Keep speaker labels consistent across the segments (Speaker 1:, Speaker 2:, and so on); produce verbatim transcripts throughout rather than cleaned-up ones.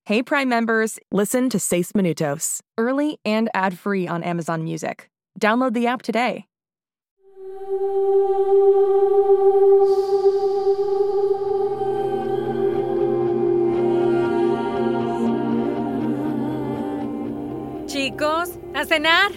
Speaker 1: Hey Prime members, listen to Seis Minutos, early and ad-free on Amazon Music. Download the app today.
Speaker 2: Chicos, ¿a cenar?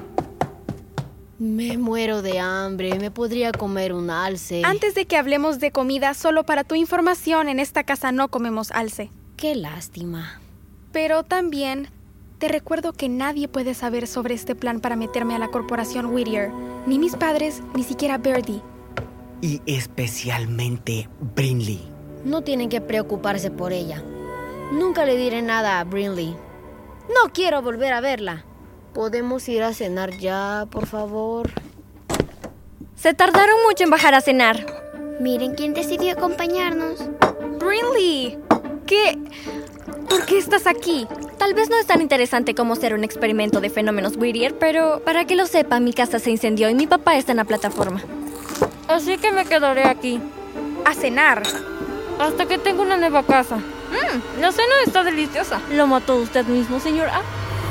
Speaker 3: Me muero de hambre. Me podría comer un alce.
Speaker 4: Antes de que hablemos de comida, solo para tu información, en esta casa no comemos alce.
Speaker 3: Qué lástima.
Speaker 4: Pero también te recuerdo que nadie puede saber sobre este plan para meterme a la corporación Whittier. Ni mis padres, ni siquiera Birdie.
Speaker 5: Y especialmente Brinley.
Speaker 3: No tienen que preocuparse por ella. Nunca le diré nada a Brinley. No quiero volver a verla. ¿Podemos ir a cenar ya, por favor?
Speaker 2: Se tardaron mucho en bajar a cenar.
Speaker 6: Miren quién decidió acompañarnos.
Speaker 4: Brinley, ¿qué? ¿Por qué estás aquí?
Speaker 2: Tal vez no es tan interesante como ser un experimento de fenómenos Whittier, pero para que lo sepa, mi casa se incendió y mi papá está en la plataforma. Así que me quedaré aquí.
Speaker 4: ¿A cenar?
Speaker 2: Hasta que tenga una nueva casa. Mmm, la cena está deliciosa. ¿Lo mató usted mismo, señor A?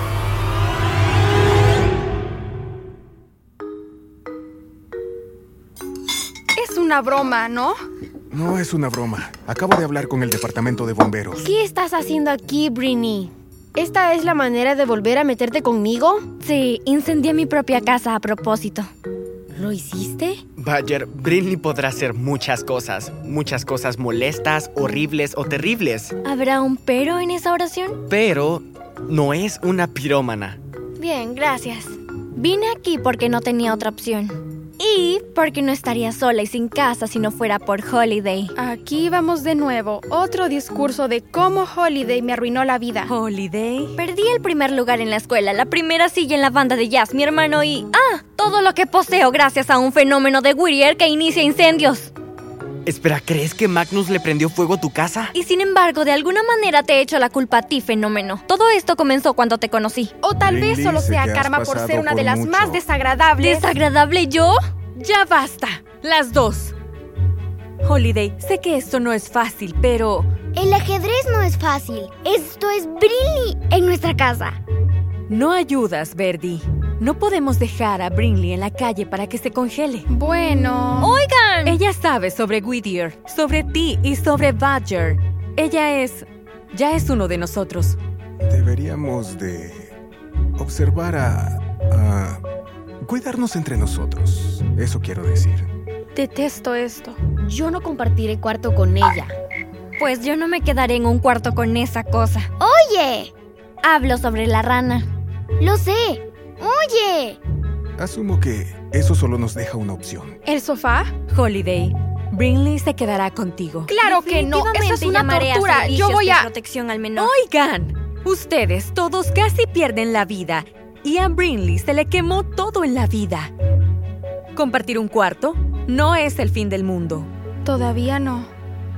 Speaker 4: Es una broma, ¿no?
Speaker 7: No es una broma. Acabo de hablar con el departamento de bomberos.
Speaker 3: ¿Qué estás haciendo aquí, Brinley? ¿Esta es la manera de volver a meterte conmigo?
Speaker 2: Sí, incendié mi propia casa a propósito.
Speaker 3: ¿Lo hiciste?
Speaker 5: Badger, Brinley podrá hacer muchas cosas. Muchas cosas molestas, horribles o terribles.
Speaker 2: ¿Habrá un pero en esa oración?
Speaker 5: Pero no es una pirómana.
Speaker 2: Bien, gracias. Vine aquí porque no tenía otra opción. Y porque no estaría sola y sin casa si no fuera por Holiday.
Speaker 4: Aquí vamos de nuevo. Otro discurso de cómo Holiday me arruinó la vida.
Speaker 2: ¿Holiday? Perdí el primer lugar en la escuela, la primera silla en la banda de jazz, mi hermano y... ¡Ah! Todo lo que poseo gracias a un fenómeno de Whittier que inicia incendios.
Speaker 5: Espera, ¿crees que Magnus le prendió fuego a tu casa?
Speaker 2: Y sin embargo, de alguna manera te he hecho la culpa a ti, fenómeno. Todo esto comenzó cuando te conocí.
Speaker 4: O tal
Speaker 7: Brinley,
Speaker 4: vez solo
Speaker 7: sé
Speaker 4: sea
Speaker 7: que has
Speaker 4: karma por
Speaker 7: pasado
Speaker 4: ser una
Speaker 7: por
Speaker 4: de las
Speaker 7: mucho.
Speaker 4: más desagradables.
Speaker 2: ¿Desagradable yo?
Speaker 8: Ya basta, las dos. Holiday, sé que esto no es fácil, pero...
Speaker 6: El ajedrez no es fácil. Esto es Brinley en nuestra casa.
Speaker 8: No ayudas, Birdie. No podemos dejar a Brinley en la calle para que se congele.
Speaker 4: Bueno...
Speaker 2: ¡Oigan!
Speaker 8: Ella sabe sobre Whittier, sobre ti y sobre Badger. Ella es... ya es uno de nosotros.
Speaker 7: Deberíamos de observar a... a... cuidarnos entre nosotros. Eso quiero decir.
Speaker 4: Detesto esto.
Speaker 3: Yo no compartiré cuarto con ella.
Speaker 2: Pues yo no me quedaré en un cuarto con esa cosa.
Speaker 6: ¡Oye!
Speaker 2: Hablo sobre la rana.
Speaker 6: Lo sé. ¡Oye!
Speaker 7: Asumo que eso solo nos deja una opción.
Speaker 4: ¿El sofá?
Speaker 8: Holiday, Brinley se quedará contigo.
Speaker 4: ¡Claro que no! ¡Eso es una
Speaker 2: llamaré a
Speaker 4: tortura!
Speaker 2: servicios
Speaker 4: Yo voy
Speaker 2: de
Speaker 4: a...
Speaker 2: protección al menor.
Speaker 8: Oigan, ustedes todos casi pierden la vida y a Brinley se le quemó todo en la vida. Compartir un cuarto no es el fin del mundo.
Speaker 4: Todavía no.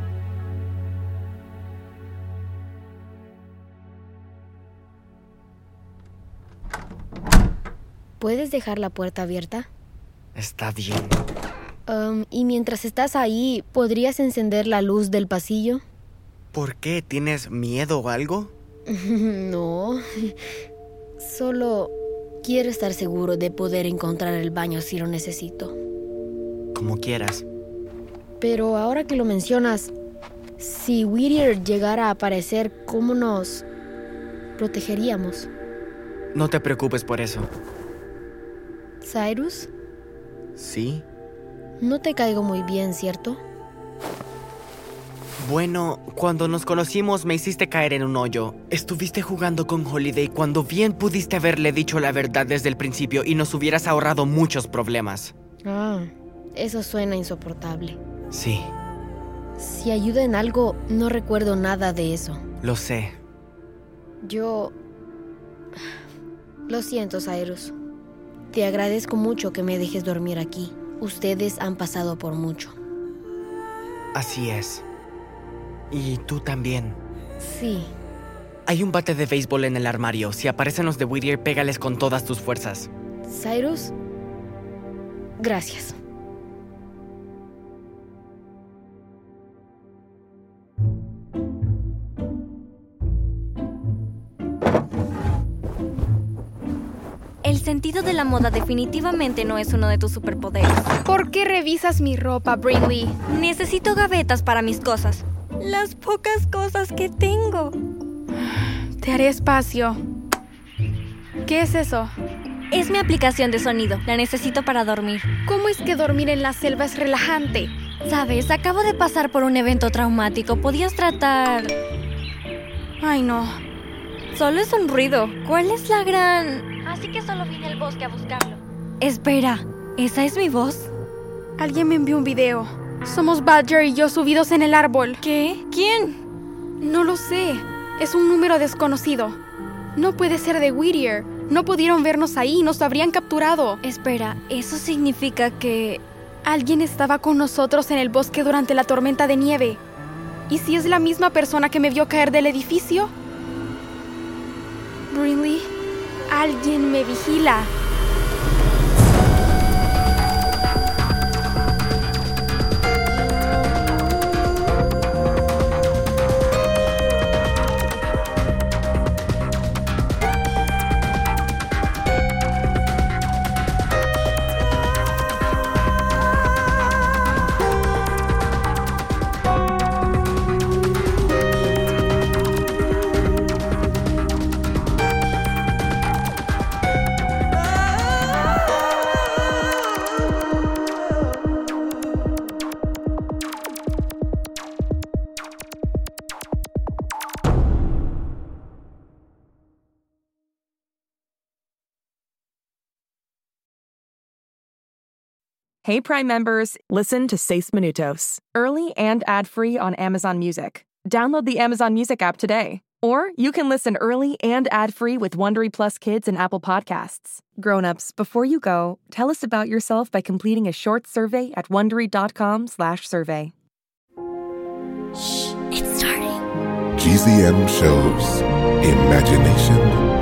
Speaker 3: ¿Puedes dejar la puerta abierta?
Speaker 5: Está bien.
Speaker 3: Um, y mientras estás ahí, ¿podrías encender la luz del pasillo?
Speaker 5: ¿Por qué? ¿Tienes miedo o algo?
Speaker 3: No. Solo quiero estar seguro de poder encontrar el baño si lo necesito.
Speaker 5: Como quieras.
Speaker 3: Pero ahora que lo mencionas, si Whittier llegara a aparecer, ¿cómo nos protegeríamos?
Speaker 5: No te preocupes por eso.
Speaker 3: ¿Cyrus?
Speaker 5: ¿Sí?
Speaker 3: No te caigo muy bien, ¿cierto?
Speaker 5: Bueno, cuando nos conocimos me hiciste caer en un hoyo. Estuviste jugando con Holiday cuando bien pudiste haberle dicho la verdad desde el principio y nos hubieras ahorrado muchos problemas.
Speaker 3: Ah, eso suena insoportable.
Speaker 5: Sí,
Speaker 3: Si ayuda en algo, no recuerdo nada de eso.
Speaker 5: lo sé.
Speaker 3: Yo... Lo siento, Cyrus. Te agradezco mucho que me dejes dormir aquí. Ustedes han pasado por mucho.
Speaker 5: Así es. Y tú también.
Speaker 3: Sí.
Speaker 5: Hay un bate de béisbol en el armario. Si aparecen los de Whittier, pégales con todas tus fuerzas.
Speaker 3: Cyrus, gracias.
Speaker 2: sentido de la moda definitivamente no es uno de tus superpoderes.
Speaker 4: ¿Por qué revisas mi ropa, Brinley?
Speaker 2: Necesito gavetas para mis cosas. Las pocas cosas que tengo.
Speaker 4: Te haré espacio. ¿Qué es eso?
Speaker 2: Es mi aplicación de sonido. La necesito para dormir.
Speaker 4: ¿Cómo es que dormir en la selva es relajante?
Speaker 2: Sabes, acabo de pasar por un evento traumático. ¿Podías tratar...?
Speaker 4: Ay, no.
Speaker 2: Solo es un ruido. ¿Cuál es la gran...? Así que solo vine al bosque a buscarlo. Espera, ¿esa es mi voz?
Speaker 4: Alguien me envió un video. Somos Badger y yo subidos en el árbol.
Speaker 2: ¿Qué? ¿Quién?
Speaker 4: No lo sé. Es un número desconocido. No puede ser de Whittier. No pudieron vernos ahí, nos habrían capturado.
Speaker 2: Espera, ¿eso significa que...?
Speaker 4: Alguien estaba con nosotros en el bosque durante la tormenta de nieve. ¿Y si es la misma persona que me vio caer del edificio? Brinley, alguien me vigila.
Speaker 1: Hey, Prime members, listen to Seis Minutos, early and ad-free on Amazon Music. Download the Amazon Music app today. Or you can listen early and ad-free with Wondery Plus Kids and Apple Podcasts. Grown-ups, before you go, tell us about yourself by completing a short survey at Wondery.com slash survey.
Speaker 2: Shh, it's starting.
Speaker 9: G Z M shows Imagination